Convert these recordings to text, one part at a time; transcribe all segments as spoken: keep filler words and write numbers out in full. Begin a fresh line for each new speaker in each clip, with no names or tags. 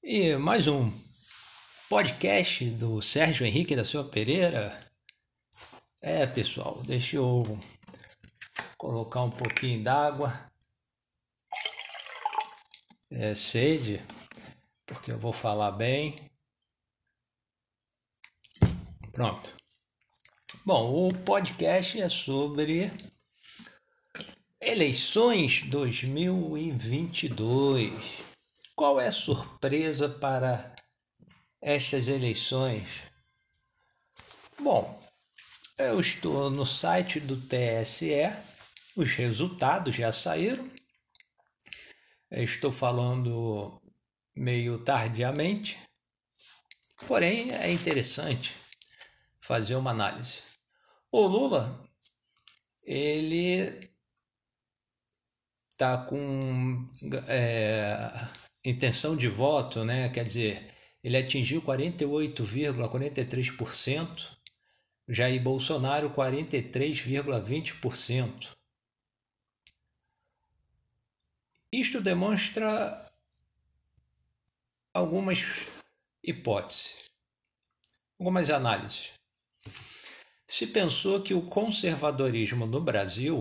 E mais um podcast do Sérgio Henrique da Silva Pereira. É, pessoal, deixa eu colocar um pouquinho d'água. É sede, porque eu vou falar bem. Pronto. Bom, o podcast é sobre eleições dois mil e vinte e dois. Qual é a surpresa para estas eleições? Bom, eu estou no site do T S E, os resultados já saíram. Eu estou falando meio tardiamente, porém é interessante fazer uma análise. O Lula, ele está com é, intenção de voto, né? Quer dizer, ele atingiu quarenta e oito vírgula quarenta e três por cento, Jair Bolsonaro quarenta e três vírgula vinte por cento. Isto demonstra algumas hipóteses, algumas análises. Se pensou que o conservadorismo no Brasil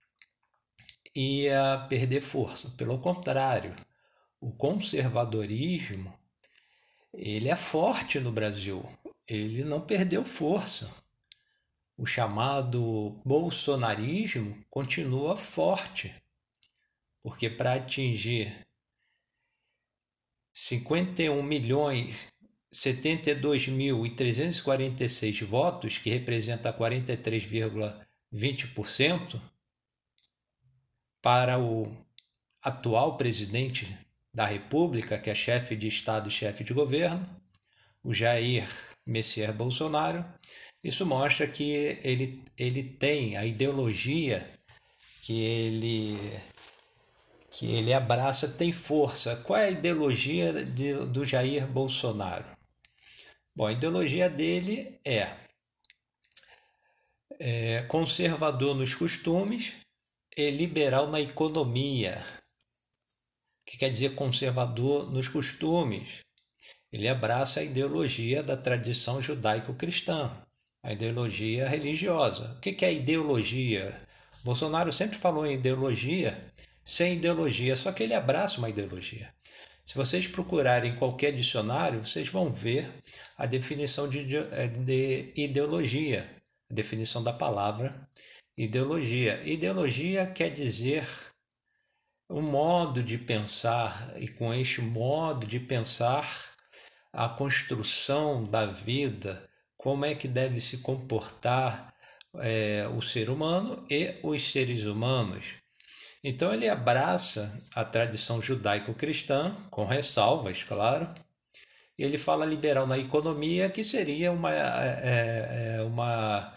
ia perder força. Pelo contrário, o conservadorismo ele é forte no Brasil. Ele não perdeu força. O chamado bolsonarismo continua forte, porque para atingir cinquenta e um milhões setenta e dois mil trezentos e quarenta e seis votos, que representa quarenta e três vírgula vinte por cento, para o atual presidente da República, que é chefe de Estado e chefe de governo, o Jair Messias Bolsonaro, isso mostra que ele, ele tem a ideologia que ele, que ele abraça, tem força. Qual é a ideologia de, do Jair Bolsonaro? Bom, a ideologia dele é, é conservador nos costumes e liberal na economia. O que quer dizer conservador nos costumes? Ele abraça a ideologia da tradição judaico-cristã, a ideologia religiosa. O que é ideologia? Bolsonaro sempre falou em ideologia sem ideologia, só que ele abraça uma ideologia. Se vocês procurarem qualquer dicionário, vocês vão ver a definição de, de ideologia, a definição da palavra ideologia. Ideologia quer dizer um modo de pensar, e com este modo de pensar, a construção da vida, como é que deve se comportar é, o ser humano e os seres humanos. Então ele abraça a tradição judaico-cristã, com ressalvas, claro, e ele fala liberal na economia, que seria uma, é, é, uma,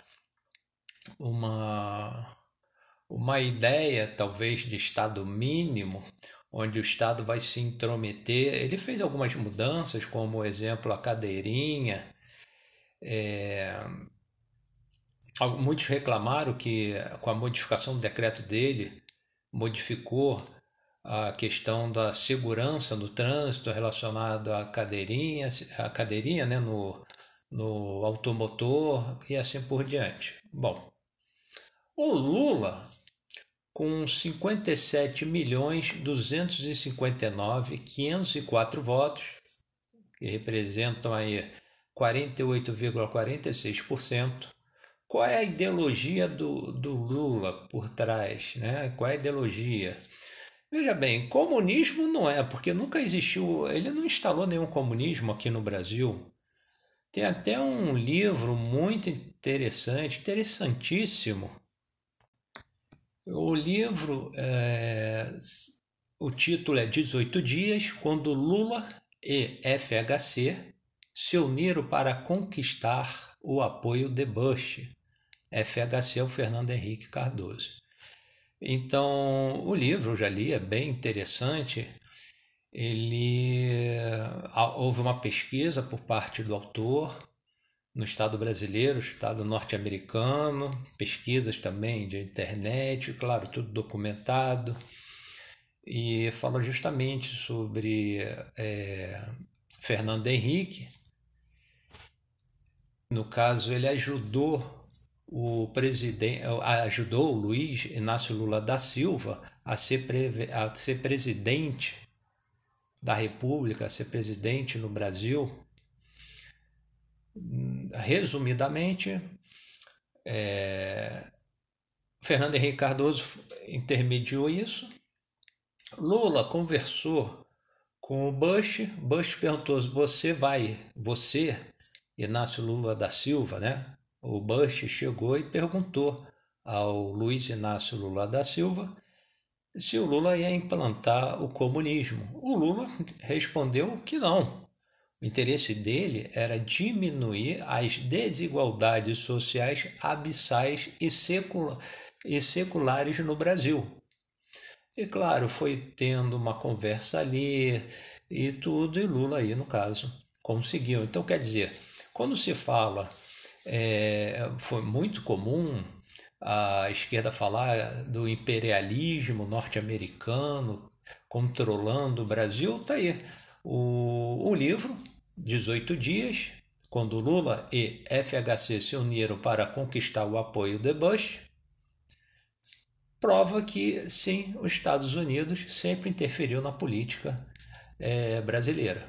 uma, uma ideia, talvez, de Estado mínimo, onde o Estado vai se intrometer. Ele fez algumas mudanças, como, exemplo, a cadeirinha. É, muitos reclamaram que, com a modificação do decreto dele, modificou a questão da segurança no trânsito relacionado à cadeirinha, à cadeirinha, né, no, no automotor e assim por diante. Bom, o Lula, com cinquenta e sete milhões duzentos e cinquenta e nove mil quinhentos e quatro votos, que representam aí quarenta e oito vírgula quarenta e seis por cento. Qual é a ideologia do, do Lula por trás, né? Qual é a ideologia? Veja bem, comunismo não é, porque nunca existiu, ele não instalou nenhum comunismo aqui no Brasil. Tem até um livro muito interessante, interessantíssimo. O livro, é, o título é dezoito dias, quando Lula e F H C se uniram para conquistar o apoio de Bush. F H C é o Fernando Henrique Cardoso. Então, o livro eu já li, é bem interessante. Ele houve uma pesquisa por parte do autor no estado brasileiro, estado norte-americano, pesquisas também de internet, claro, tudo documentado, e fala justamente sobre é, Fernando Henrique. No caso, ele ajudou o presidente, ajudou o Luiz Inácio Lula da Silva a ser, a ser presidente da República, a ser presidente no Brasil. Resumidamente, é, Fernando Henrique Cardoso intermediou isso. Lula conversou com o Bush. Bush perguntou: você vai, você, Inácio Lula da Silva, né? O Bush chegou e perguntou ao Luiz Inácio Lula da Silva se o Lula ia implantar o comunismo. O Lula respondeu que não. O interesse dele era diminuir as desigualdades sociais abissais e, secula e seculares no Brasil. E claro, foi tendo uma conversa ali e tudo, e Lula aí, no caso, conseguiu. Então, quer dizer, quando se fala, é, foi muito comum a esquerda falar do imperialismo norte-americano controlando o Brasil, tá aí o, o livro, dezoito dias, quando Lula e F H C se uniram para conquistar o apoio de Bush, prova que, sim, os Estados Unidos sempre interferiu na política é, brasileira.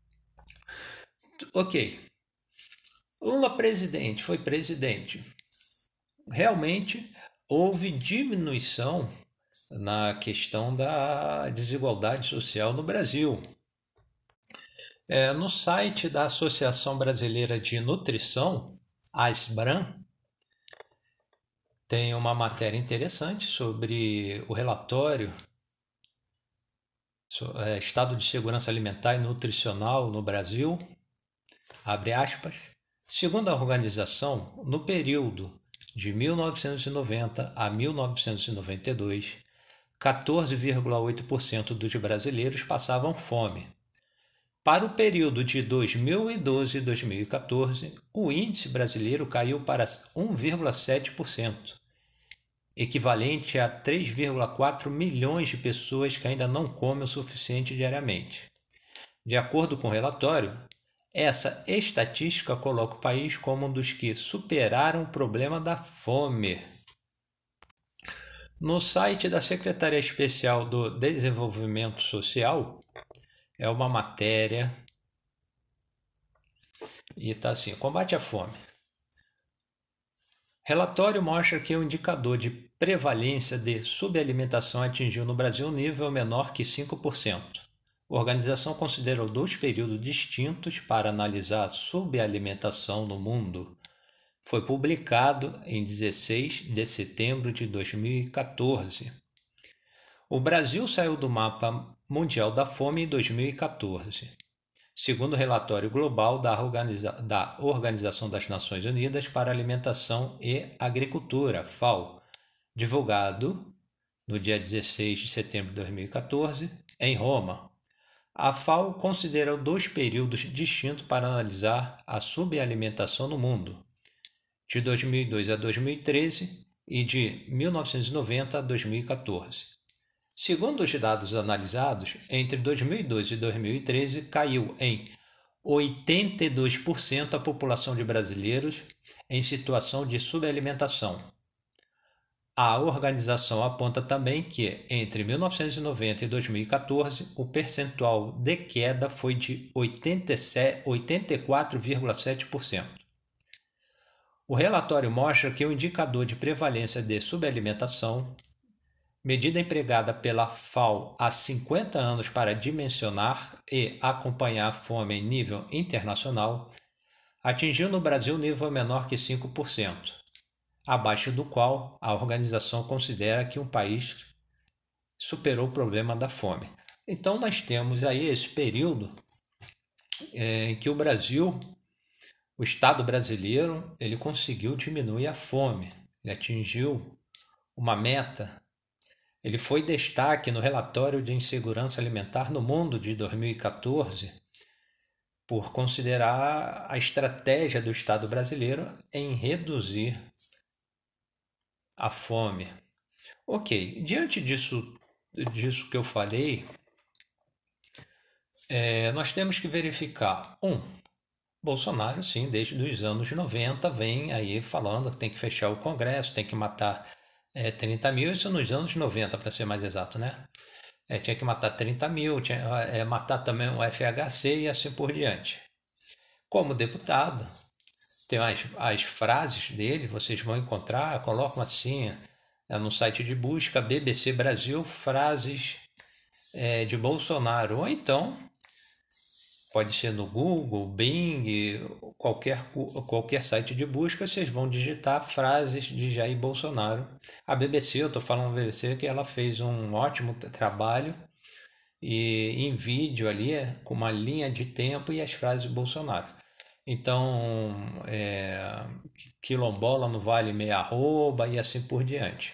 Ok. Lula presidente, foi presidente. Realmente houve diminuição na questão da desigualdade social no Brasil. É, no site da Associação Brasileira de Nutrição, ASBRAN, tem uma matéria interessante sobre o relatório é, Estado de Segurança Alimentar e Nutricional no Brasil, abre aspas. Segundo a organização, no período de mil novecentos e noventa a mil novecentos e noventa e dois, quatorze vírgula oito por cento dos brasileiros passavam fome. Para o período de dois mil e doze e dois mil e quatorze, o índice brasileiro caiu para um vírgula sete por cento, equivalente a três vírgula quatro milhões de pessoas que ainda não comem o suficiente diariamente. De acordo com o relatório, essa estatística coloca o país como um dos que superaram o problema da fome. No site da Secretaria Especial do Desenvolvimento Social, é uma matéria e está assim: combate à fome. Relatório mostra que o indicador de prevalência de subalimentação atingiu no Brasil um nível menor que cinco por cento. A organização considerou dois períodos distintos para analisar a subalimentação no mundo. Foi publicado em dezesseis de setembro de dois mil e quatorze. O Brasil saiu do mapa mundial da fome em dois mil e quatorze. Segundo o relatório global da, Organiza- da Organização das Nações Unidas para Alimentação e Agricultura, FAO, divulgado no dia dezesseis de setembro de dois mil e quatorze, em Roma. A FAO considerou dois períodos distintos para analisar a subalimentação no mundo, de dois mil e dois a dois mil e treze e de mil novecentos e noventa a dois mil e quatorze. Segundo os dados analisados, entre dois mil e dois e dois mil e treze caiu em oitenta e dois por cento a população de brasileiros em situação de subalimentação. A organização aponta também que, entre mil novecentos e noventa e dois mil e quatorze, o percentual de queda foi de oitenta e quatro vírgula sete por cento. O relatório mostra que o indicador de prevalência de subalimentação, medida empregada pela FAO há cinquenta anos para dimensionar e acompanhar a fome em nível internacional, atingiu no Brasil nível menor que cinco por cento, abaixo do qual a organização considera que um país superou o problema da fome. Então nós temos aí esse período é, em que o Brasil, o Estado brasileiro, ele conseguiu diminuir a fome, ele atingiu uma meta. Ele foi destaque no relatório de insegurança alimentar no mundo de dois mil e quatorze por considerar a estratégia do Estado brasileiro em reduzir a fome. Ok, diante disso, disso que eu falei, É, nós temos que verificar, um, Bolsonaro, sim, desde os anos noventa, vem aí falando que tem que fechar o Congresso, tem que matar é, trinta mil, isso nos anos noventa, para ser mais exato, né? É, tinha que matar trinta mil, tinha, é, matar também o F H C e assim por diante. Como deputado, tem as, as frases dele, vocês vão encontrar, colocam assim é, no site de busca, B B C Brasil, frases é, de Bolsonaro, ou então pode ser no Google, Bing, qualquer, qualquer site de busca, vocês vão digitar frases de Jair Bolsonaro. A B B C, eu estou falando B B C, que ela fez um ótimo trabalho e em vídeo ali, com uma linha de tempo e as frases de Bolsonaro. Então, é, quilombola no vale meia arroba e assim por diante.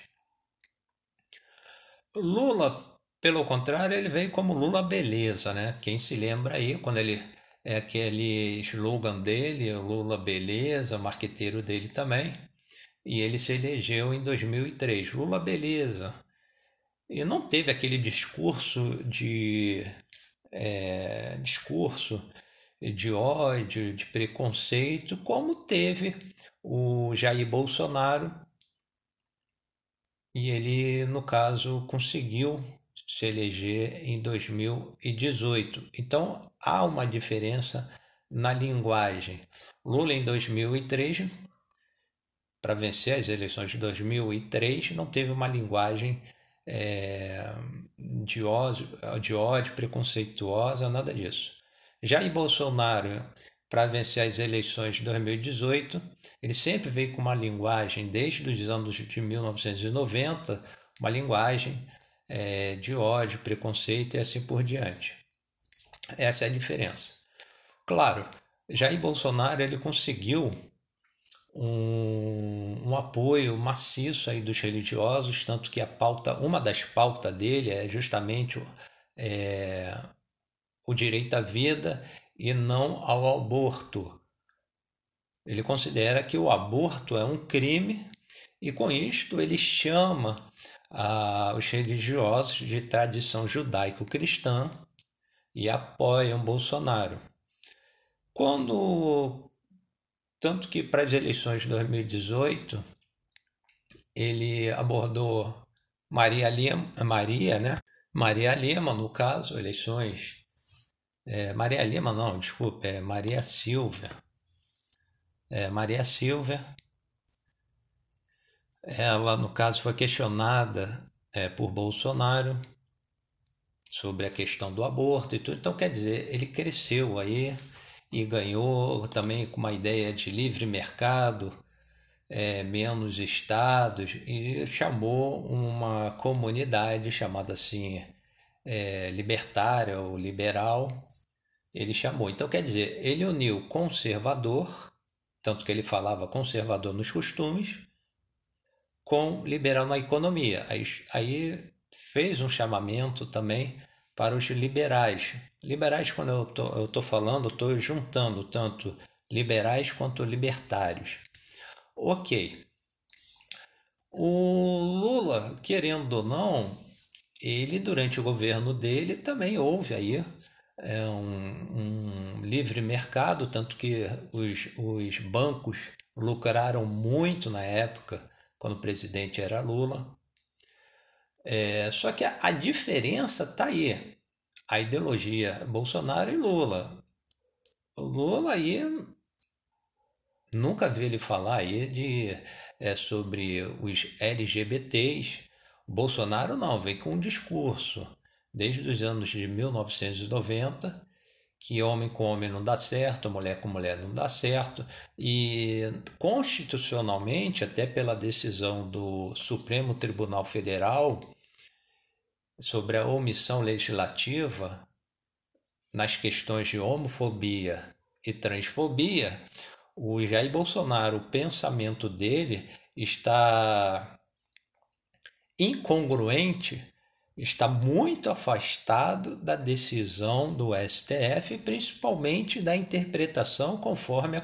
Lula, pelo contrário, ele veio como Lula Beleza, né? Quem se lembra aí, quando ele é aquele slogan dele, Lula Beleza, marqueteiro dele também, e ele se elegeu em dois mil e três, Lula Beleza. E não teve aquele discurso de é, discurso de ódio, de preconceito, como teve o Jair Bolsonaro, e ele, no caso, conseguiu se eleger em dois mil e dezoito. Então há uma diferença na linguagem. Lula em dois mil e três, para vencer as eleições de dois mil e três, não teve uma linguagem é, de, ódio, de ódio, preconceituosa, nada disso. Jair Bolsonaro, para vencer as eleições de dois mil e dezoito, ele sempre veio com uma linguagem, desde os anos de mil novecentos e noventa, uma linguagem é, de ódio, preconceito e assim por diante. Essa é a diferença. Claro, Jair Bolsonaro ele conseguiu um, um apoio maciço aí dos religiosos, tanto que a pauta, uma das pautas dele é justamente é, o direito à vida e não ao aborto. Ele considera que o aborto é um crime e com isto ele chama ah, os religiosos de tradição judaico-cristã e apoiam Bolsonaro. Quando, tanto que para as eleições de dois mil e dezoito, ele abordou Maria Lima, Maria, né? Maria Lima, no caso, eleições. É, Maria Lima, não, desculpa, é Maria Silva. É, Maria Silva, ela, no caso, foi questionada é, por Bolsonaro sobre a questão do aborto e tudo. Então, quer dizer, ele cresceu aí e ganhou também com uma ideia de livre mercado, é, menos estados, e chamou uma comunidade chamada assim é, libertária ou liberal. Ele chamou. Então, quer dizer, ele uniu conservador, tanto que ele falava conservador nos costumes, com liberal na economia. Aí, aí fez um chamamento também para os liberais. Liberais, quando eu tô, eu tô falando, estou juntando tanto liberais quanto libertários. Ok. O Lula, querendo ou não, ele durante o governo dele também houve aí é, um, um livre mercado, tanto que os, os bancos lucraram muito na época, quando o presidente era Lula. É, só que a, a diferença está aí. A ideologia Bolsonaro e Lula. O Lula aí nunca vi ele falar aí de, é, sobre os L G B T s. O Bolsonaro não, vem com um discurso desde os anos de mil novecentos e noventa que homem com homem não dá certo, mulher com mulher não dá certo, e constitucionalmente, até pela decisão do Supremo Tribunal Federal sobre a omissão legislativa nas questões de homofobia e transfobia, o Jair Bolsonaro, o pensamento dele está incongruente, está muito afastado da decisão do S T F, principalmente da interpretação conforme a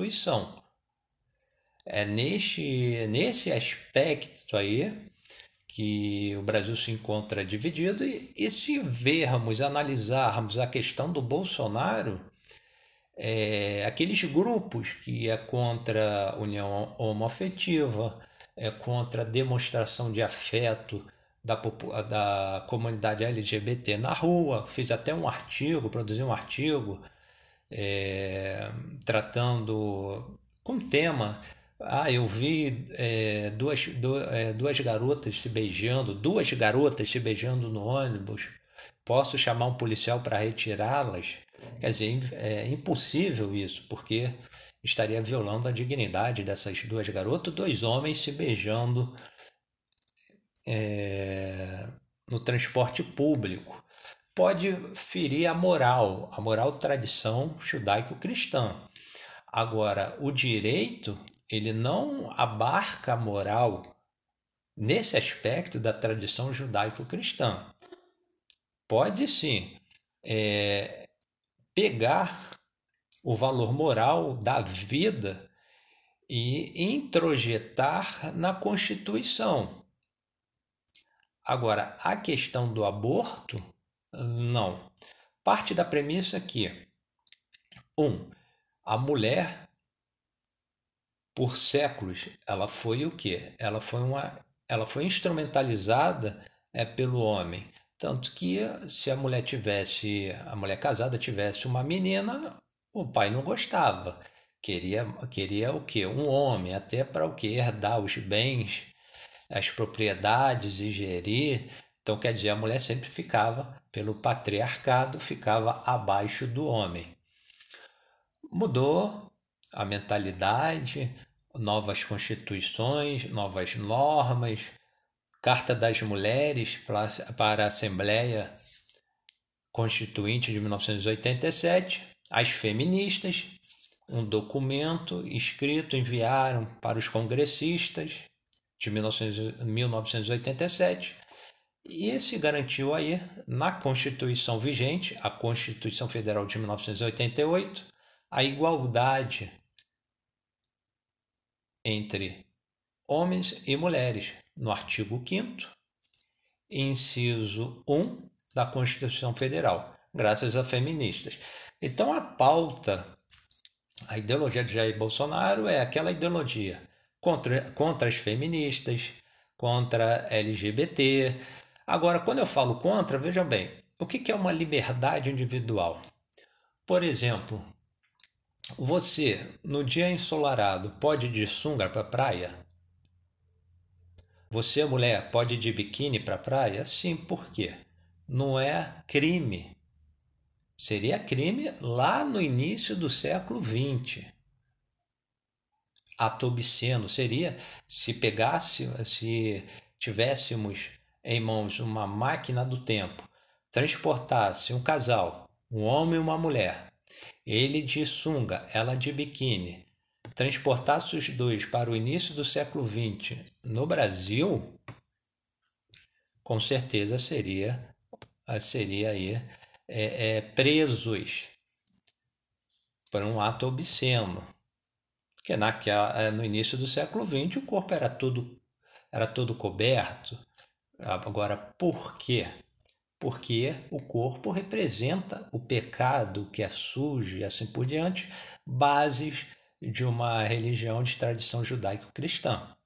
Constituição. É neste, nesse aspecto aí que o Brasil se encontra dividido e, e se vermos, analisarmos a questão do Bolsonaro, é, aqueles grupos que é contra a união homoafetiva, é contra a demonstração de afeto da, da comunidade L G B T na rua. Fiz até um artigo, produzi um artigo é, tratando com tema. Ah, eu vi é, duas, duas, é, duas garotas se beijando, duas garotas se beijando no ônibus. Posso chamar um policial para retirá-las? Quer dizer, é impossível isso, porque estaria violando a dignidade dessas duas garotas, dois homens se beijando é, no transporte público. Pode ferir a moral, a moral tradição judaico-cristã. Agora, o direito, ele não abarca a moral nesse aspecto da tradição judaico-cristã. Pode sim é, pegar o valor moral da vida e introjetar na Constituição. Agora, a questão do aborto, não. Parte da premissa que, um, a mulher, por séculos, ela foi o quê? Ela foi, uma, ela foi instrumentalizada é, pelo homem. Tanto que se a mulher tivesse, a mulher casada tivesse uma menina, o pai não gostava. Queria, queria o quê? Um homem, até para o quê? Herdar os bens, as propriedades e gerir. Então, quer dizer, a mulher sempre ficava, pelo patriarcado, ficava abaixo do homem. Mudou a mentalidade, novas constituições, novas normas, Carta das Mulheres para a Assembleia Constituinte de mil novecentos e oitenta e sete, as feministas, um documento escrito enviaram para os congressistas de mil novecentos e oitenta e sete e se garantiu aí na Constituição vigente, a Constituição Federal de mil novecentos e oitenta e oito, a igualdade entre homens e mulheres, no artigo quinto, inciso um da Constituição Federal, graças a feministas. Então a pauta, a ideologia de Jair Bolsonaro é aquela ideologia contra, contra as feministas, contra L G B T. Agora, quando eu falo contra, veja bem, o que é uma liberdade individual? Por exemplo, você, no dia ensolarado, pode ir de sunga para a praia? Você, mulher, pode ir de biquíni para a praia? Sim, por quê? Não é crime. Seria crime lá no início do século vinte. Ato obsceno seria se pegasse, se tivéssemos em mãos uma máquina do tempo, transportasse um casal, um homem e uma mulher, ele de sunga, ela de biquíni, transportasse os dois para o início do século vinte no Brasil, com certeza seria, seria aí, é, é, presos por um ato obsceno. Porque naquela, no início do século vinte o corpo era todo, era todo coberto. Agora, por quê? Porque o corpo representa o pecado que é sujo e assim por diante, bases de uma religião de tradição judaico-cristã.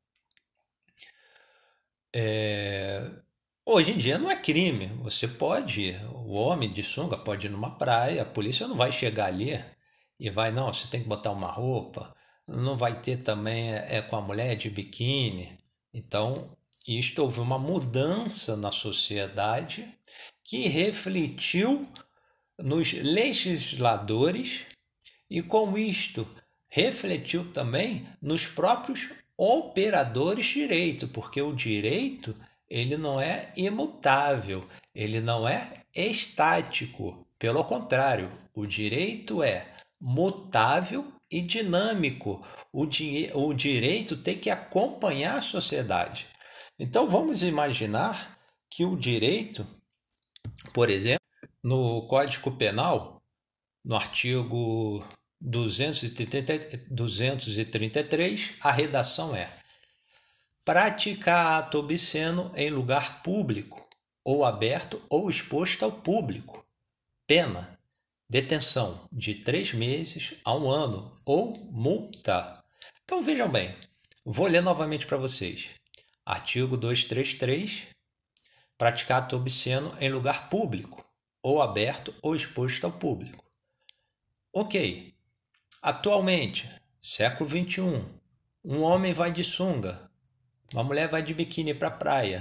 É... Hoje em dia não é crime. Você pode, o homem de sunga pode ir numa praia, a polícia não vai chegar ali e vai, não, você tem que botar uma roupa. Não vai ter também é, com a mulher de biquíni. Então, isto houve uma mudança na sociedade que refletiu nos legisladores e, com isto, refletiu também nos próprios operadores de direito, porque o direito ele não é imutável, ele não é estático. Pelo contrário, o direito é mutável e dinâmico. O, di- o direito tem que acompanhar a sociedade. Então vamos imaginar que o direito, por exemplo, no Código Penal, no artigo duzentos e trinta, duzentos e trinta e três, a redação é: praticar ato obsceno em lugar público, ou aberto ou exposto ao público. Pena: detenção de três meses a um ano ou multa. Então vejam bem, vou ler novamente para vocês. Artigo duzentos e trinta e três. Praticar ato obsceno em lugar público, ou aberto ou exposto ao público. Ok. Atualmente, século vinte e um, um homem vai de sunga, uma mulher vai de biquíni para a praia.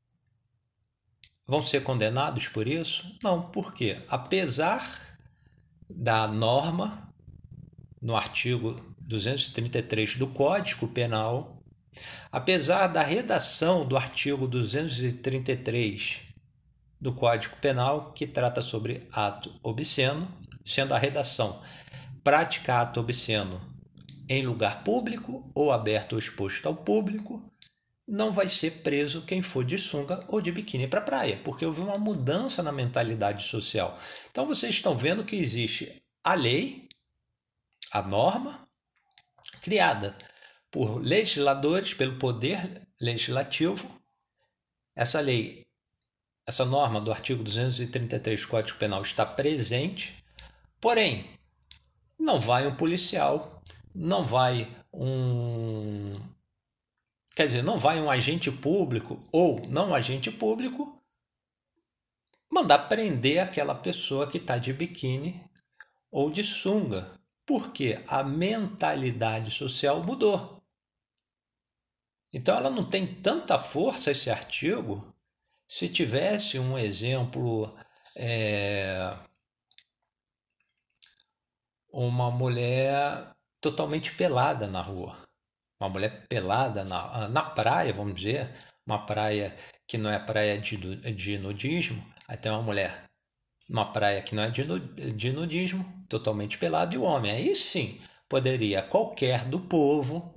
Vão ser condenados por isso? Não, por quê? Apesar da norma no artigo duzentos e trinta e três do Código Penal, apesar da redação do artigo duzentos e trinta e três do Código Penal, que trata sobre ato obsceno, sendo a redação praticar ato obsceno em lugar público ou aberto ou exposto ao público, não vai ser preso quem for de sunga ou de biquíni para a praia, porque houve uma mudança na mentalidade social. Então vocês estão vendo que existe a lei, a norma, criada por legisladores, pelo poder legislativo. Essa lei, essa norma do artigo duzentos e trinta e três do Código Penal está presente, porém, não vai um policial, não vai um... Quer dizer, não vai um agente público ou não agente público mandar prender aquela pessoa que está de biquíni ou de sunga, porque a mentalidade social mudou. Então ela não tem tanta força, esse artigo, se tivesse um exemplo, é, uma mulher totalmente pelada na rua. Uma mulher pelada na, na praia, vamos dizer, uma praia que não é praia de, de nudismo, aí tem uma mulher numa praia que não é de, de nudismo, totalmente pelada, e o homem. Aí sim, poderia qualquer do povo,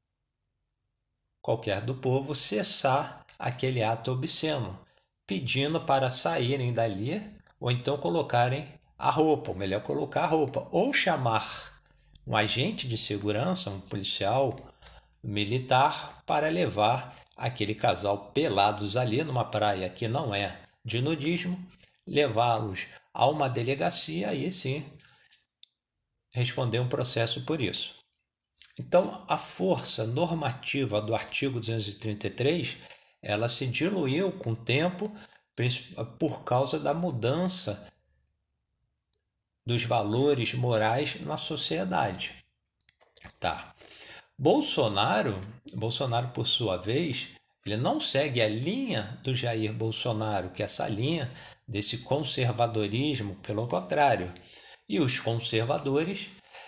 qualquer do povo cessar aquele ato obsceno, pedindo para saírem dali, ou então colocarem a roupa, ou melhor, colocar a roupa, ou chamar um agente de segurança, um policial militar, para levar aquele casal pelados ali numa praia que não é de nudismo, levá-los a uma delegacia e sim responder um processo por isso. Então, a força normativa do artigo duzentos e trinta e três, ela se diluiu com o tempo por causa da mudança dos valores morais na sociedade. Tá. Bolsonaro, Bolsonaro, por sua vez, ele não segue a linha do Jair Bolsonaro, que é essa linha desse conservadorismo, pelo contrário. E os conservadores,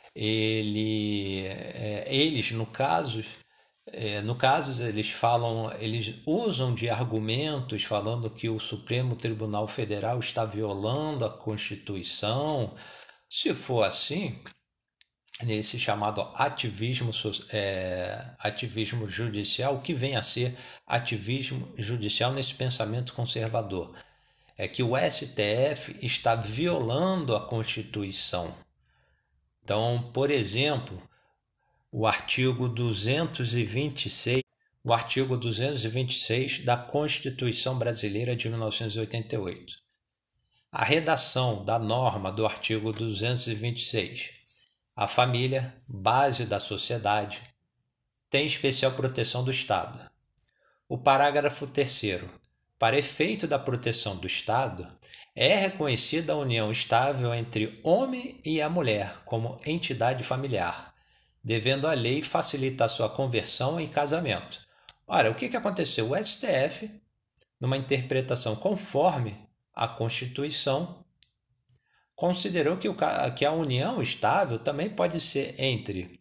ele, é, eles, no caso, é, no caso, eles falam, eles usam de argumentos falando que o Supremo Tribunal Federal está violando a Constituição. Se for assim, nesse chamado ativismo, é, ativismo judicial, o que vem a ser ativismo judicial nesse pensamento conservador? É que o S T F está violando a Constituição. Então, por exemplo, o artigo duzentos e vinte e seis, o artigo duzentos e vinte e seis da Constituição Brasileira de mil novecentos e oitenta e oito. A redação da norma do artigo duzentos e vinte e seis. A família, base da sociedade, tem especial proteção do Estado. O parágrafo terceiro. Para efeito da proteção do Estado, é reconhecida a união estável entre homem e a mulher como entidade familiar, devendo a lei facilitar sua conversão em casamento. Ora, o que, que aconteceu? O S T F, numa interpretação conforme a Constituição, considerou que, o, que a união estável também pode ser entre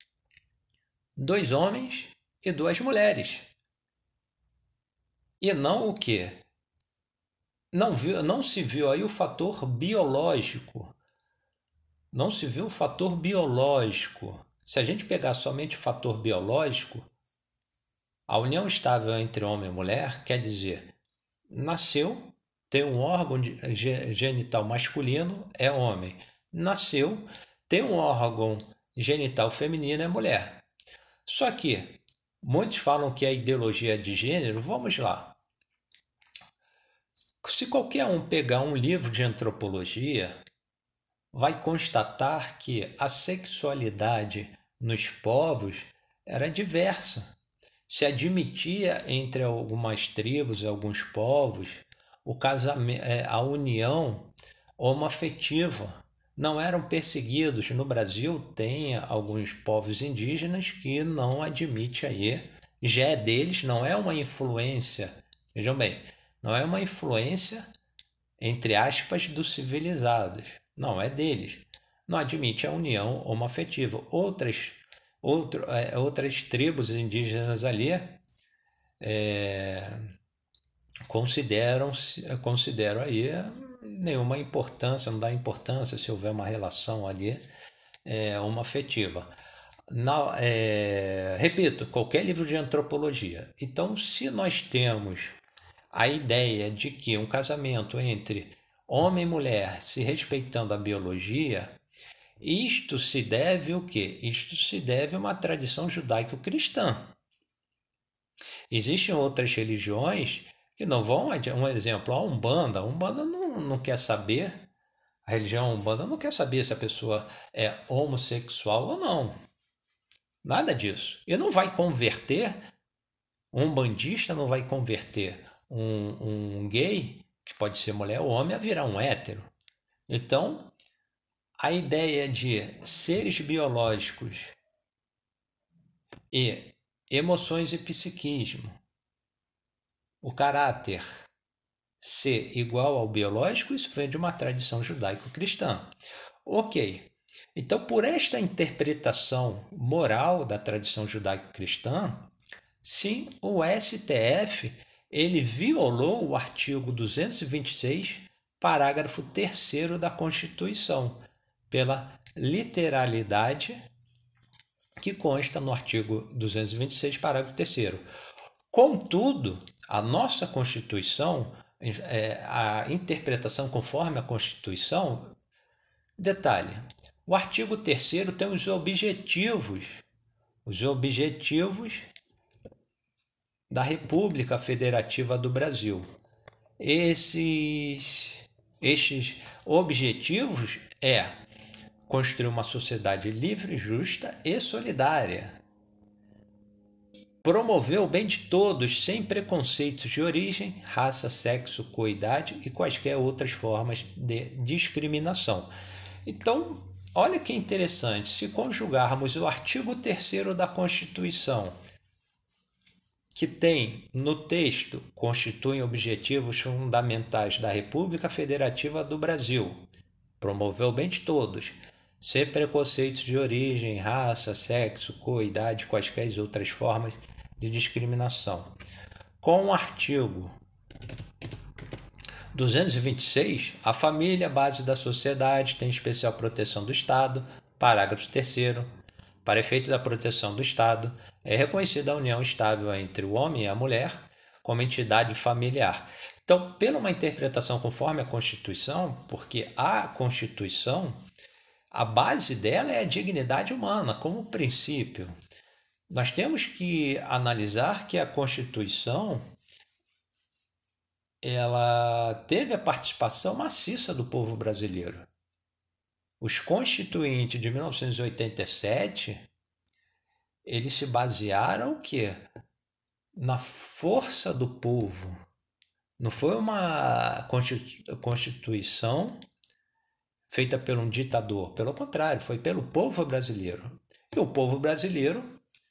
dois homens e duas mulheres. E não o quê? Não, viu, não se viu aí o fator biológico. Não se viu o fator biológico. Se a gente pegar somente o fator biológico, a união estável entre homem e mulher quer dizer, nasceu, tem um órgão genital masculino, é homem. Nasceu, tem um órgão genital feminino, é mulher. Só que Muitos falam que é ideologia de gênero. Vamos lá. Se qualquer um pegar um livro de antropologia, vai constatar que a sexualidade nos povos era diversa. Se admitia entre algumas tribos e alguns povos o casamento, a união homoafetiva. Não eram perseguidos. No Brasil tem alguns povos indígenas que não admite aí, já é deles, não é uma influência, vejam bem, não é uma influência, entre aspas, dos civilizados. Não, é deles. Não admite a união homoafetiva. Outras, outro, é, outras tribos indígenas ali é, consideram, consideram aí nenhuma importância, não dá importância se houver uma relação ali é, homoafetiva. Na, é, repito, qualquer livro de antropologia. Então, se nós temos a ideia de que um casamento entre homem e mulher, se respeitando a biologia, isto se deve o quê? Isto se deve a uma tradição judaico-cristã. Existem outras religiões que não vão, um exemplo, a Umbanda. A Umbanda não, não quer saber, a religião Umbanda não quer saber se a pessoa é homossexual ou não. Nada disso. E não vai converter, um umbandista não vai converter um, um gay, que pode ser mulher ou homem, a virar um hétero. Então, a ideia de seres biológicos e emoções e psiquismo, o caráter ser igual ao biológico, isso vem de uma tradição judaico-cristã. Ok. Então, por esta interpretação moral da tradição judaico-cristã, sim, o S T F ele violou o artigo duzentos e vinte e seis, parágrafo terceiro da Constituição, pela literalidade que consta no artigo duzentos e vinte e seis, parágrafo terceiro. Contudo, a nossa Constituição, a interpretação conforme a Constituição, detalhe, o artigo terceiro tem os objetivos, os objetivos da República Federativa do Brasil. Esses, estes objetivos é construir uma sociedade livre, justa e solidária. Promover o bem de todos, sem preconceitos de origem, raça, sexo, coidade e quaisquer outras formas de discriminação. Então, olha que interessante, se conjugarmos o artigo terceiro da Constituição, que tem no texto, constituem objetivos fundamentais da República Federativa do Brasil, promover o bem de todos, sem preconceitos de origem, raça, sexo, cor, idade, quaisquer outras formas de discriminação. Com o artigo duzentos e vinte e seis, a família, base da sociedade, tem especial proteção do Estado. Parágrafo terceiro. Para efeito da proteção do Estado, é reconhecida a união estável entre o homem e a mulher como entidade familiar. Então, pela uma interpretação conforme a Constituição, porque a Constituição, a base dela é a dignidade humana como princípio. Nós temos que analisar que a Constituição ela teve a participação maciça do povo brasileiro. Os constituintes de mil novecentos e oitenta e sete, eles se basearam o quê? Na força do povo. Não foi uma constituição feita por um ditador. Pelo contrário, foi pelo povo brasileiro. E o povo brasileiro,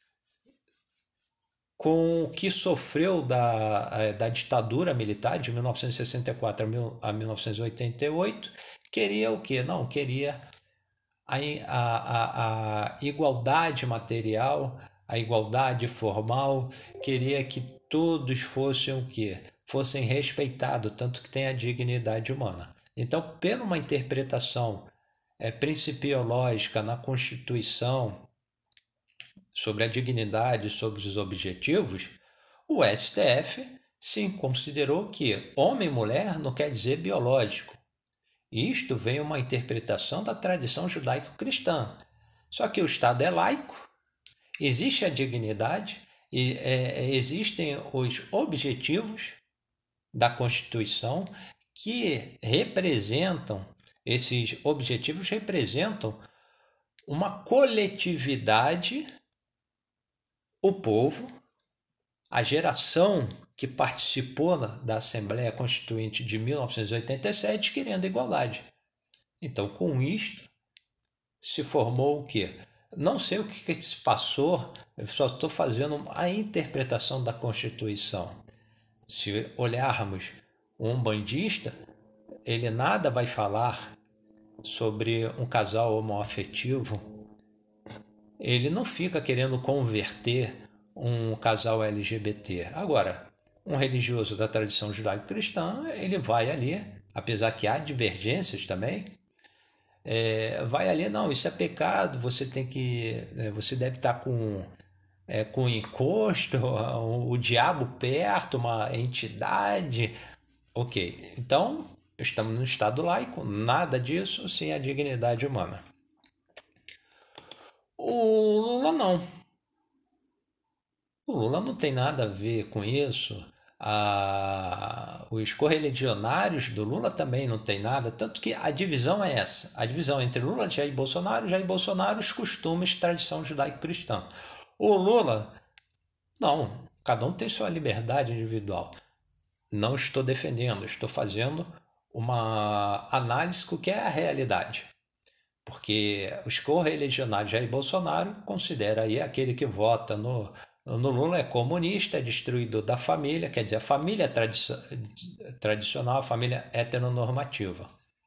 com o que sofreu da, da ditadura militar de mil novecentos e sessenta e quatro a mil novecentos e oitenta e oito, queria o quê? Não, queria a, a, a, a igualdade material, a igualdade formal, queria que todos fossem o quê? Fossem respeitados, tanto que tem a dignidade humana. Então, pela uma interpretação é, principiológica na Constituição sobre a dignidade, sobre os objetivos, o S T F sim considerou que homem e mulher não quer dizer biológico. Isto vem uma interpretação da tradição judaico-cristã. Só que o Estado é laico, existe a dignidade, E, é, existem os objetivos da Constituição que representam, esses objetivos representam uma coletividade, o povo, a geração que participou da Assembleia Constituinte de mil novecentos e oitenta e sete querendo igualdade. Então, com isto, se formou o quê? Não sei o que, que se passou, eu só estou fazendo a interpretação da Constituição. Se olharmos um umbandista, ele nada vai falar sobre um casal homoafetivo. Ele não fica querendo converter um casal L G B T. Agora, um religioso da tradição judaico-cristã, ele vai ali, apesar que há divergências também, é, vai ali, não, isso é pecado, você tem que, é, você deve estar com, é, com encosto, o, o diabo perto, uma entidade. Ok, então estamos no Estado laico, nada disso sem a dignidade humana. O Lula não. O Lula não tem nada a ver com isso. Ah, os correligionários do Lula também não tem nada, tanto que a divisão é essa. A divisão entre Lula, Jair Bolsonaro, Jair Bolsonaro, os costumes, tradição judaico-cristã. O Lula, não, cada um tem sua liberdade individual. Não estou defendendo, estou fazendo uma análise do que é a realidade. Porque os correligionários Jair Bolsonaro considera aí aquele que vota no, no Lula é comunista, é destruidor da família, quer dizer, a família tradici tradicional, a família heteronormativa.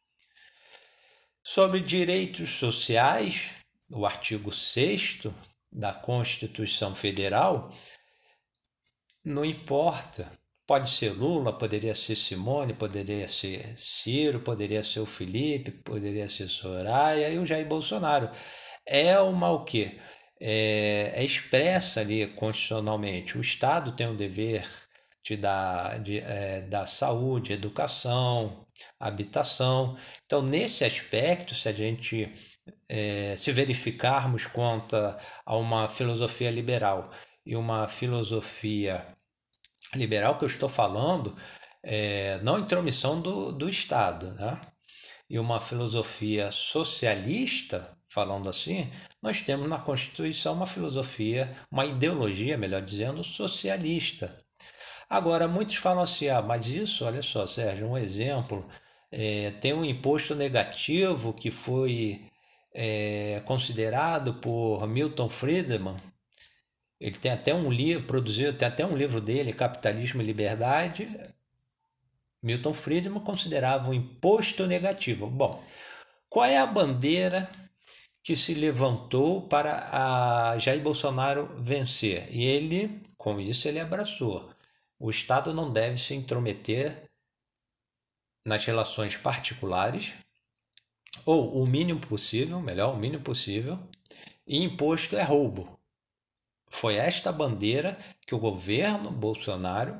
Sobre direitos sociais, o artigo sexto da Constituição Federal, não importa. Pode ser Lula, poderia ser Simone, poderia ser Ciro, poderia ser o Felipe, poderia ser Soraya e o Jair Bolsonaro. É uma o quê? É, é expressa ali constitucionalmente. O Estado tem o dever de dar, de, é, dar saúde, educação, habitação. Então, nesse aspecto, se a gente é, se verificarmos quanto a uma filosofia liberal e uma filosofia liberal que eu estou falando, é, não intromissão do, do Estado, né? E uma filosofia socialista, falando assim, nós temos na Constituição uma filosofia, uma ideologia, melhor dizendo, socialista. Agora, muitos falam assim, ah, mas isso, olha só, Sérgio, um exemplo, é, tem um imposto negativo que foi é, considerado por Milton Friedman. Ele tem até um livro, produziu, tem até um livro dele, Capitalismo e Liberdade. Milton Friedman considerava um imposto negativo. Bom, qual é a bandeira que se levantou para a Jair Bolsonaro vencer? E ele, com isso, ele abraçou. O Estado não deve se intrometer nas relações particulares, ou o mínimo possível, melhor, o mínimo possível, e imposto é roubo. Foi esta bandeira que o governo Bolsonaro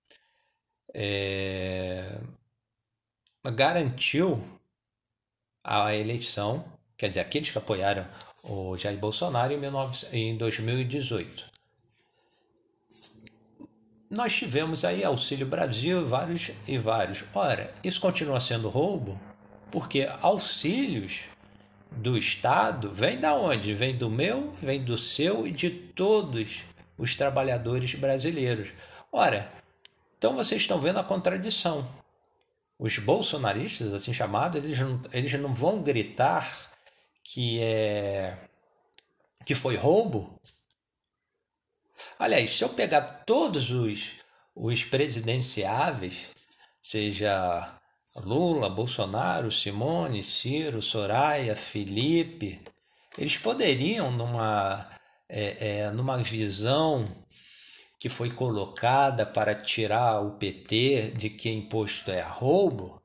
é, garantiu a eleição, quer dizer, aqueles que apoiaram o Jair Bolsonaro em dois mil e dezoito. Nós tivemos aí Auxílio Brasil e vários e vários. Ora, isso continua sendo roubo, porque auxílios do Estado vem da onde? Vem do meu, vem do seu e de todos os trabalhadores brasileiros. Ora, então vocês estão vendo a contradição. Os bolsonaristas, assim chamados, eles não, eles não vão gritar que é que foi roubo. Aliás, se eu pegar todos os, os presidenciáveis, seja Lula, Bolsonaro, Simone, Ciro, Soraya, Felipe, eles poderiam, numa, é, é, numa visão que foi colocada para tirar o P T de que imposto é roubo,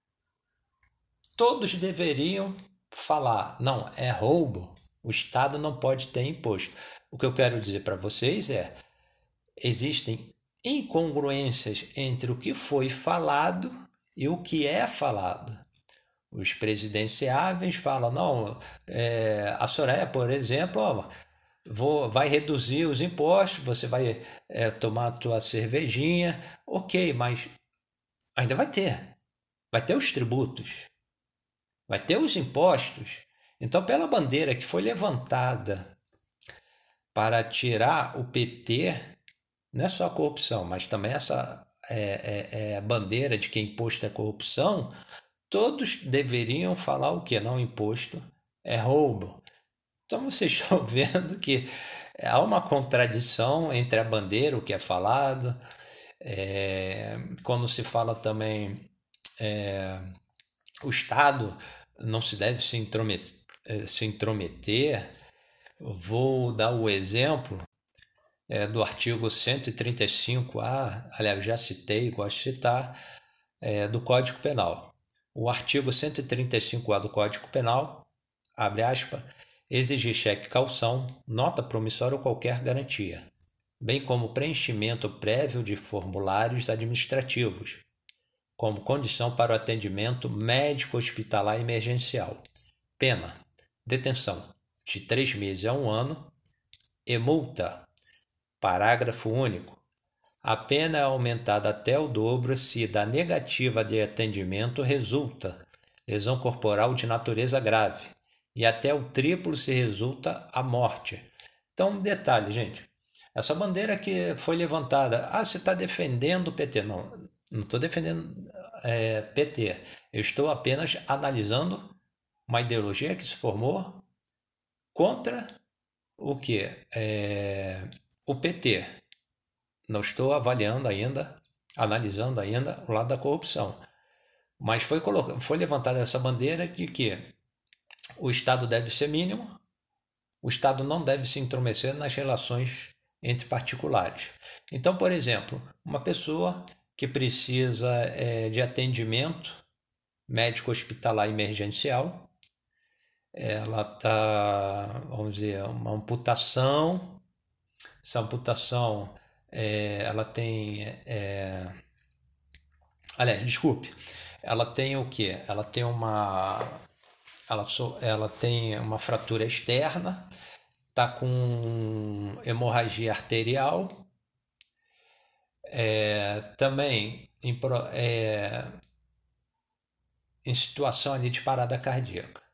todos deveriam falar, não, é roubo, o Estado não pode ter imposto. O que eu quero dizer para vocês é, existem incongruências entre o que foi falado e o que é falado. Os presidenciáveis falam, não, é, a Soraya, por exemplo, ó, vou, vai reduzir os impostos, você vai é, tomar a tua cervejinha, ok, mas ainda vai ter. Vai ter os tributos, vai ter os impostos. Então, pela bandeira que foi levantada para tirar o P T, não é só a corrupção, mas também essa é, é, é a bandeira de que imposto é corrupção, todos deveriam falar o que? Não, imposto é roubo. Então vocês estão vendo que há uma contradição entre a bandeira, o que é falado, é, quando se fala também é, o Estado não se deve se intrometer, se intrometer. Vou dar o exemplo é, do artigo cento e trinta e cinco A, aliás, já citei, gosto de citar, é, do Código Penal. O artigo cento e trinta e cinco A do Código Penal, abre aspas, exige cheque calção, nota promissória ou qualquer garantia, bem como preenchimento prévio de formulários administrativos, como condição para o atendimento médico hospitalar emergencial. Pena, detenção de três meses a um ano e multa. Parágrafo único. A pena é aumentada até o dobro se da negativa de atendimento resulta lesão corporal de natureza grave e até o triplo se resulta a morte. Então, detalhe, gente. Essa bandeira que foi levantada, ah, você está defendendo o P T. Não, não estou defendendo é, P T. Eu estou apenas analisando uma ideologia que se formou contra o que? É, o P T. Não estou avaliando ainda, analisando ainda o lado da corrupção. Mas foi, foi levantada essa bandeira de que o Estado deve ser mínimo, o Estado não deve se intrometer nas relações entre particulares. Então, por exemplo, uma pessoa que precisa é, de atendimento médico hospitalar emergencial, ela está, vamos dizer, uma amputação, essa amputação é, ela tem, é, aliás, desculpe, ela tem o que? Ela tem uma, ela, so, ela tem uma fratura externa, tá com hemorragia arterial, é, também em, é, em situação ali de parada cardíaca.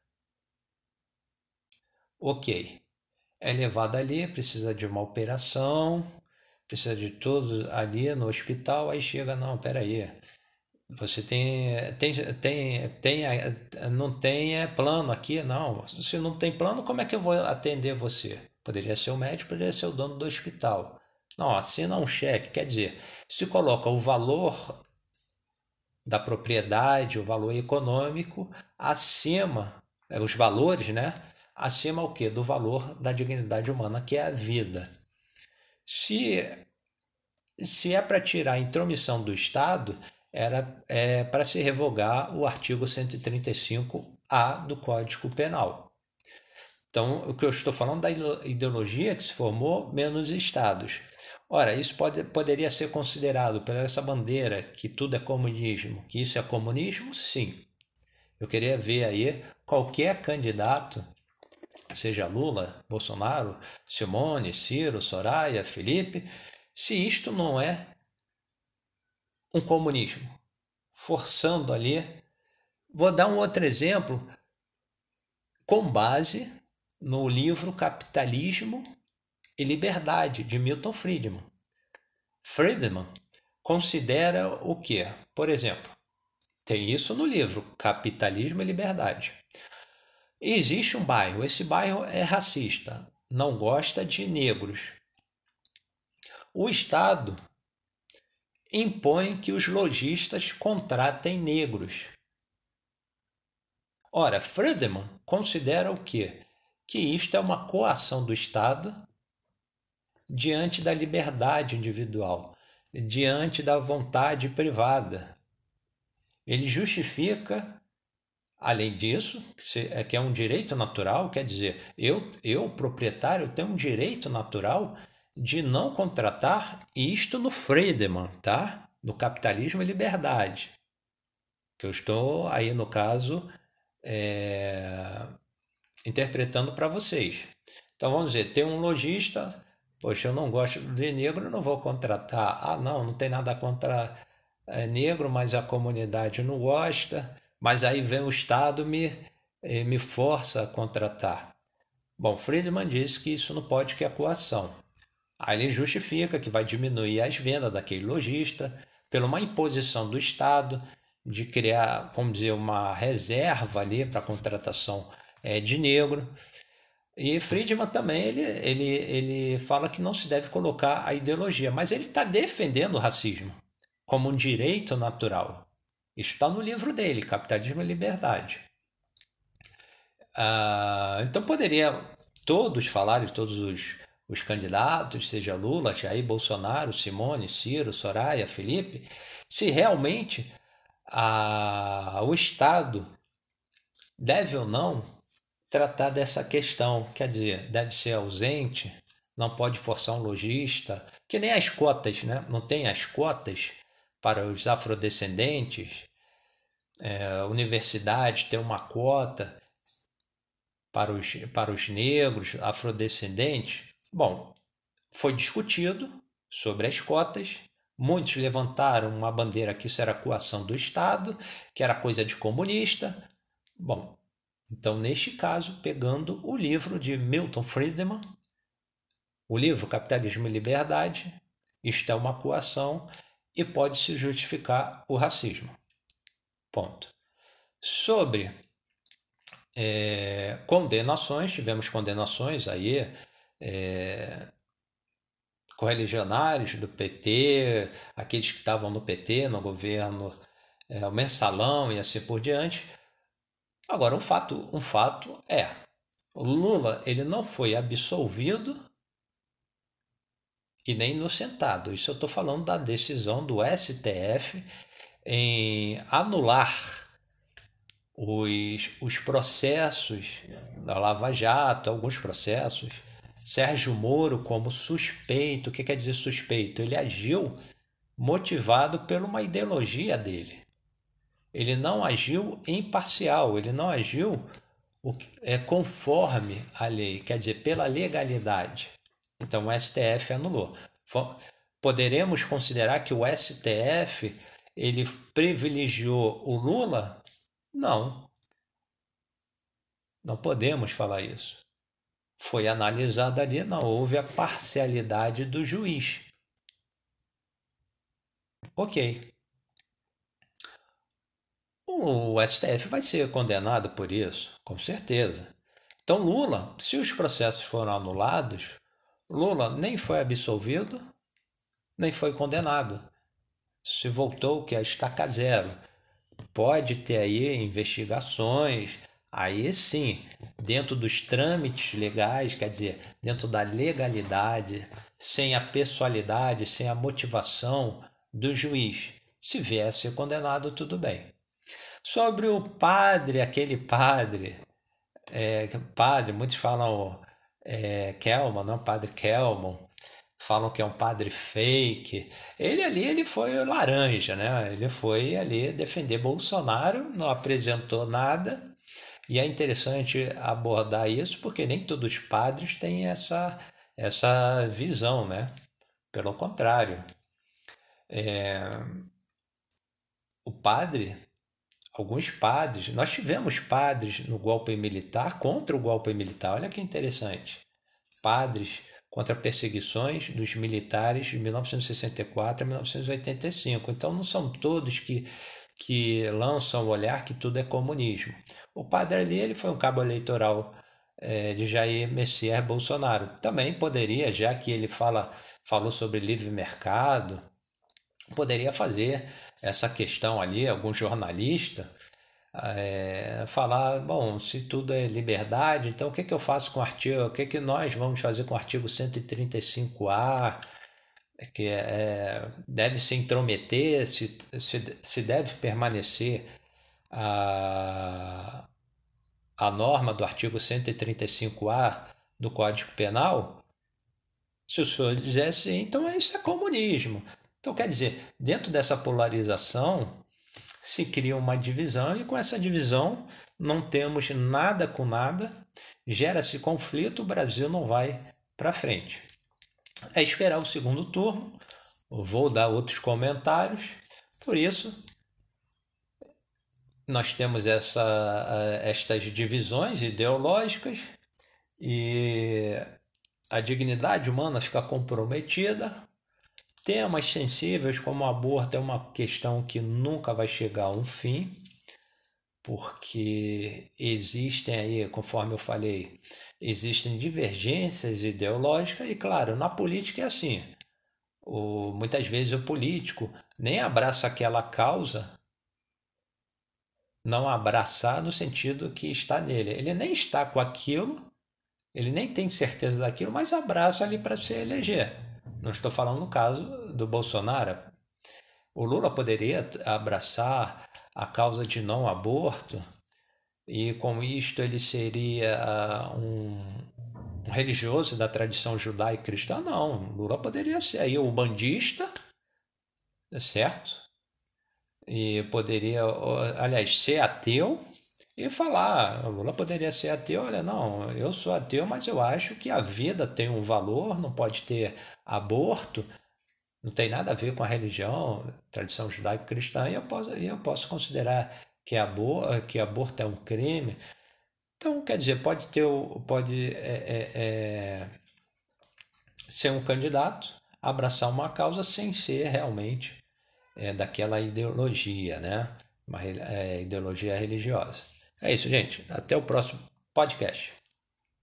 Ok, é levada ali, precisa de uma operação, precisa de tudo ali no hospital, aí chega, não, peraí, você tem, tem, tem, tem, não tem plano aqui, não, se não tem plano, como é que eu vou atender você? Poderia ser o médico, poderia ser o dono do hospital. Não, assina um cheque, quer dizer, se coloca o valor da propriedade, o valor econômico, acima, os valores, né? Acima o quê? Do valor da dignidade humana, que é a vida. Se, se é para tirar a intromissão do Estado, era é, para se revogar o artigo cento e trinta e cinco A do Código Penal. Então, o que eu estou falando da ideologia que se formou menos estados. Ora, isso pode, poderia ser considerado pela essa bandeira que tudo é comunismo, que isso é comunismo? Sim. Eu queria ver aí qualquer candidato, seja Lula, Bolsonaro, Simone, Ciro, Soraya, Felipe, se isto não é um comunismo, forçando ali. Vou dar um outro exemplo com base no livro Capitalismo e Liberdade, de Milton Friedman. Friedman considera o quê? Por exemplo, tem isso no livro Capitalismo e Liberdade. Existe um bairro, esse bairro é racista, não gosta de negros. O Estado impõe que os lojistas contratem negros. Ora, Friedman considera o quê? Que isto é uma coação do Estado diante da liberdade individual, diante da vontade privada. Ele justifica, além disso, que é um direito natural, quer dizer, eu, eu proprietário, tenho um direito natural de não contratar, isto no Friedman, tá? No Capitalismo e Liberdade, que eu estou aí, no caso, é, interpretando para vocês. Então vamos dizer, tem um lojista, poxa, eu não gosto de negro, eu não vou contratar. Ah, não, não tem nada contra é, negro, mas a comunidade não gosta. Mas aí vem o Estado me, eh, me força a contratar. Bom, Friedman disse que isso não pode, que é coação. Aí ele justifica que vai diminuir as vendas daquele lojista pela uma imposição do Estado de criar, vamos dizer, uma reserva ali para a contratação é, de negro. E Friedman também, ele, ele, ele fala que não se deve colocar a ideologia, mas ele está defendendo o racismo como um direito natural. Isso está no livro dele, Capitalismo e Liberdade. Ah, então poderia todos falarem, todos os, os candidatos, seja Lula, Jair Bolsonaro, Simone, Ciro, Soraya, Felipe, se realmente ah, o Estado deve ou não tratar dessa questão. Quer dizer, deve ser ausente, não pode forçar um lojista, que nem as cotas, né? Não tem as cotas para os afrodescendentes, é, a universidade tem uma cota para os, para os negros afrodescendentes. Bom, foi discutido sobre as cotas. Muitos levantaram uma bandeira que isso era coação do Estado, que era coisa de comunista. Bom, então, neste caso, pegando o livro de Milton Friedman, o livro Capitalismo e Liberdade, isto é uma coação e pode-se justificar o racismo. Ponto. Sobre é, condenações, tivemos condenações aí, é, correligionários do P T, aqueles que estavam no P T, no governo, é, o mensalão e assim por diante. Agora, um fato, um fato é, o Lula ele não foi absolvido e nem inocentado. Isso eu estou falando da decisão do S T F em anular os, os processos da Lava Jato, alguns processos. Sérgio Moro como suspeito. O que quer dizer suspeito? Ele agiu motivado por uma ideologia dele. Ele não agiu imparcial, ele não agiu é, conforme a lei, quer dizer, pela legalidade. Então o S T F anulou. Poderemos considerar que o S T F ele privilegiou o Lula? Não, não podemos falar isso. Foi analisado ali, não houve a parcialidade do juiz. Ok. O S T F vai ser condenado por isso, com certeza. Então, Lula, se os processos foram anulados, Lula nem foi absolvido, nem foi condenado. Se voltou que é a estaca zero. Pode ter aí investigações, aí sim, dentro dos trâmites legais, quer dizer, dentro da legalidade, sem a pessoalidade, sem a motivação do juiz. Se vier a ser condenado, tudo bem. Sobre o padre, aquele padre, é, padre, muitos falam é, Kelman, não, padre Kelman, falam que é um padre fake. Ele ali, ele foi laranja, né? Ele foi ali defender Bolsonaro, não apresentou nada. E é interessante abordar isso porque nem todos os padres têm essa, essa visão, né? Pelo contrário, é, o padre, alguns padres, nós tivemos padres no golpe militar, contra o golpe militar, olha que interessante. Padres contra perseguições dos militares de mil novecentos e sessenta e quatro a mil novecentos e oitenta e cinco. Então não são todos que, que lançam o olhar que tudo é comunismo. O padre ali ele foi um cabo eleitoral é, de Jair Messias Bolsonaro. Também poderia, já que ele fala, falou sobre livre mercado, poderia fazer essa questão ali, algum jornalista, é, falar, bom, se tudo é liberdade, então o que, que eu faço com o artigo, o que, que nós vamos fazer com o artigo cento e trinta e cinco A, que é, deve se intrometer, se, se, se deve permanecer a, a norma do artigo cento e trinta e cinco A do Código Penal. Se o senhor dissesse, então isso é comunismo. Então, quer dizer, dentro dessa polarização, se cria uma divisão e com essa divisão não temos nada com nada gera-se conflito, o Brasil não vai para frente. É esperar o segundo turno, vou dar outros comentários, por isso nós temos essa, estas divisões ideológicas e a dignidade humana fica comprometida. Temas sensíveis como o aborto é uma questão que nunca vai chegar a um fim, porque existem aí, conforme eu falei, existem divergências ideológicas e, claro, na política é assim. O, muitas vezes o político nem abraça aquela causa, não abraçar no sentido que está nele. Ele nem está com aquilo, ele nem tem certeza daquilo, mas abraça ali para se eleger. Não estou falando no caso do Bolsonaro. O Lula poderia abraçar a causa de não aborto e com isto ele seria um, um religioso da tradição judaico-cristã? Não, Lula poderia ser aí o bandista, certo? E poderia, aliás, ser ateu e falar, o Lula poderia ser ateu, olha, não, eu sou ateu, mas eu acho que a vida tem um valor, não pode ter aborto, não tem nada a ver com a religião, tradição judaico-cristã, e eu posso, eu posso considerar que, abor, que aborto é um crime. Então, quer dizer, pode ter, pode é, é, é, ser um candidato, abraçar uma causa sem ser realmente é, daquela ideologia, né? Uma é, ideologia religiosa. É isso, gente. Até o próximo podcast.